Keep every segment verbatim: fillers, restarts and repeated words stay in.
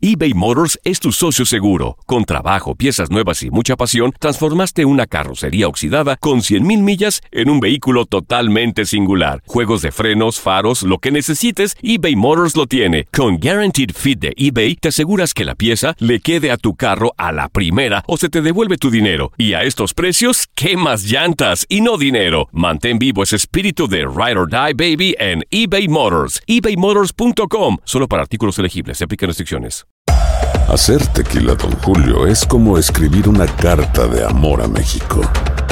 eBay Motors es tu socio seguro. Con trabajo, piezas nuevas y mucha pasión, transformaste una carrocería oxidada con cien mil millas en un vehículo totalmente singular. Juegos de frenos, faros, lo que necesites, eBay Motors lo tiene. Con Guaranteed Fit de eBay, te aseguras que la pieza le quede a tu carro a la primera o se te devuelve tu dinero. Y a estos precios, ¿qué más llantas y no dinero? Mantén vivo ese espíritu de Ride or Die, baby, en eBay Motors. ebay motors punto com. Solo para artículos elegibles. Se aplican restricciones. Hacer tequila Don Julio es como escribir una carta de amor a México.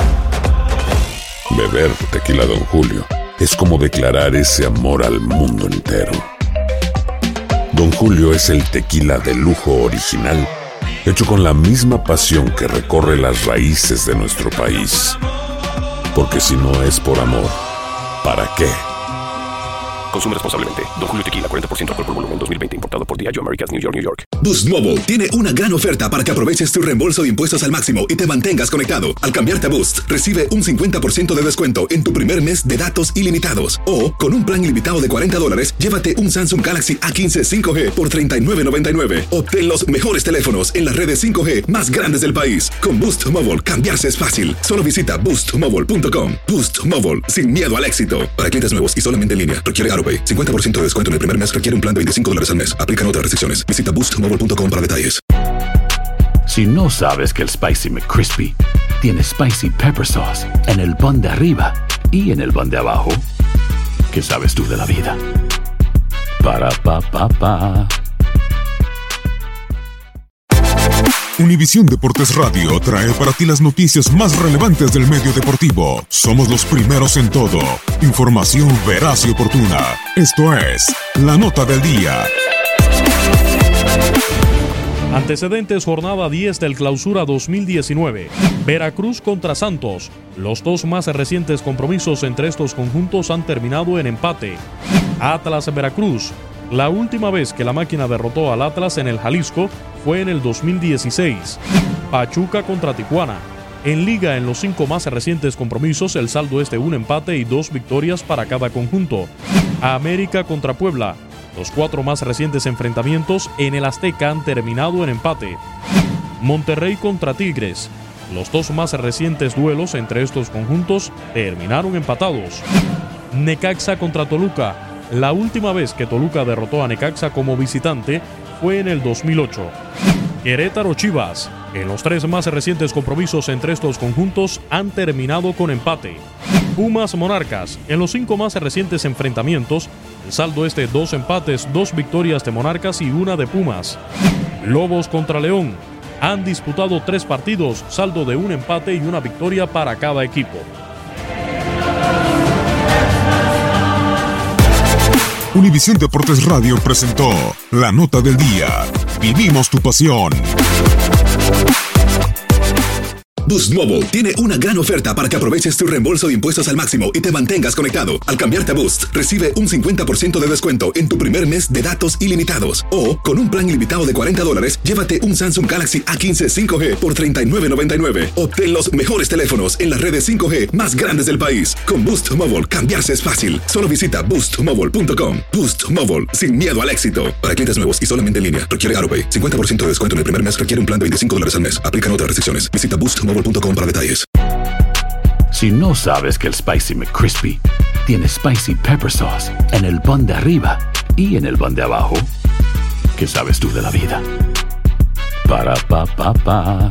Beber tequila Don Julio es como declarar ese amor al mundo entero. Don Julio es el tequila de lujo original, hecho con la misma pasión que recorre las raíces de nuestro país. Porque si no es por amor, ¿para qué? Consume responsablemente. Don Julio Tequila, cuarenta por ciento alcohol por volumen, dos mil veinte, importado por Diageo Americas, New York, New York. Boost Mobile tiene una gran oferta para que aproveches tu reembolso de impuestos al máximo y te mantengas conectado. Al cambiarte a Boost, recibe un cincuenta por ciento de descuento en tu primer mes de datos ilimitados. O, con un plan ilimitado de cuarenta dólares, llévate un Samsung Galaxy A quince cinco G por treinta y nueve noventa y nueve. Obtén los mejores teléfonos en las redes cinco G más grandes del país. Con Boost Mobile, cambiarse es fácil. Solo visita boost mobile punto com. Boost Mobile, sin miedo al éxito. Para clientes nuevos y solamente en línea, requiere AutoPay. cincuenta por ciento de descuento en el primer mes requiere un plan de veinticinco dólares al mes. Aplican otras restricciones. Visita boost mobile punto com para detalles. Si no sabes que el Spicy McCrispy tiene Spicy Pepper Sauce en el pan de arriba y en el pan de abajo, ¿qué sabes tú de la vida? Para, pa, pa, pa. Univisión Deportes Radio trae para ti las noticias más relevantes del medio deportivo. Somos los primeros en todo. Información veraz y oportuna. Esto es La Nota del Día. Antecedentes jornada diez del Clausura dos mil diecinueve. Veracruz contra Santos. Los dos más recientes compromisos entre estos conjuntos han terminado en empate. Atlas-Veracruz. La última vez que la máquina derrotó al Atlas en el Jalisco fue en el dos mil dieciséis. Pachuca contra Tijuana. En liga, en los cinco más recientes compromisos, el saldo es de un empate y dos victorias para cada conjunto. América contra Puebla. Los cuatro más recientes enfrentamientos en el Azteca han terminado en empate. Monterrey contra Tigres. Los dos más recientes duelos entre estos conjuntos terminaron empatados. Necaxa contra Toluca. La última vez que Toluca derrotó a Necaxa como visitante fue en el dos mil ocho. Querétaro-Chivas. En los tres más recientes compromisos entre estos conjuntos han terminado con empate. Pumas-Monarcas. En los cinco más recientes enfrentamientos, el saldo es de dos empates, dos victorias de Monarcas y una de Pumas. Lobos contra León. Han disputado tres partidos, saldo de un empate y una victoria para cada equipo. Univisión Deportes Radio presentó La Nota del Día. Vivimos tu pasión. Boost Mobile tiene una gran oferta para que aproveches tu reembolso de impuestos al máximo y te mantengas conectado. Al cambiarte a Boost, recibe un cincuenta por ciento de descuento en tu primer mes de datos ilimitados. O, con un plan ilimitado de cuarenta dólares, llévate un Samsung Galaxy A quince cinco G por treinta y nueve noventa y nueve. Obtén los mejores teléfonos en las redes cinco G más grandes del país. Con Boost Mobile, cambiarse es fácil. Solo visita boost mobile punto com. Boost Mobile, sin miedo al éxito. Para clientes nuevos y solamente en línea, requiere AutoPay. cincuenta por ciento de descuento en el primer mes requiere un plan de veinticinco dólares al mes. Aplican otras restricciones. Visita boost mobile punto com para detalles. Si no sabes que el Spicy McCrispy tiene Spicy Pepper Sauce en el pan de arriba y en el pan de abajo, ¿qué sabes tú de la vida? Para, pa, pa, pa.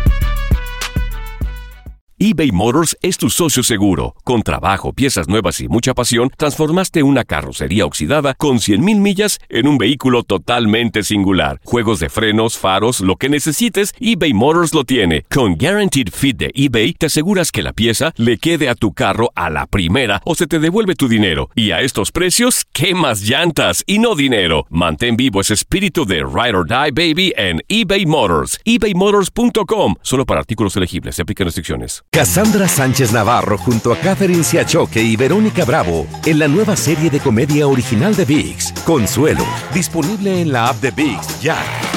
eBay Motors es tu socio seguro. Con trabajo, piezas nuevas y mucha pasión, transformaste una carrocería oxidada con cien mil millas en un vehículo totalmente singular. Juegos de frenos, faros, lo que necesites, eBay Motors lo tiene. Con Guaranteed Fit de eBay, te aseguras que la pieza le quede a tu carro a la primera o se te devuelve tu dinero. Y a estos precios, ¿qué más llantas y no dinero? Mantén vivo ese espíritu de Ride or Die, baby, en eBay Motors. ebay motors punto com. Solo para artículos elegibles. Se aplican restricciones. Cassandra Sánchez Navarro junto a Catherine Siachoque y Verónica Bravo en la nueva serie de comedia original de ViX, Consuelo, disponible en la app de ViX ya.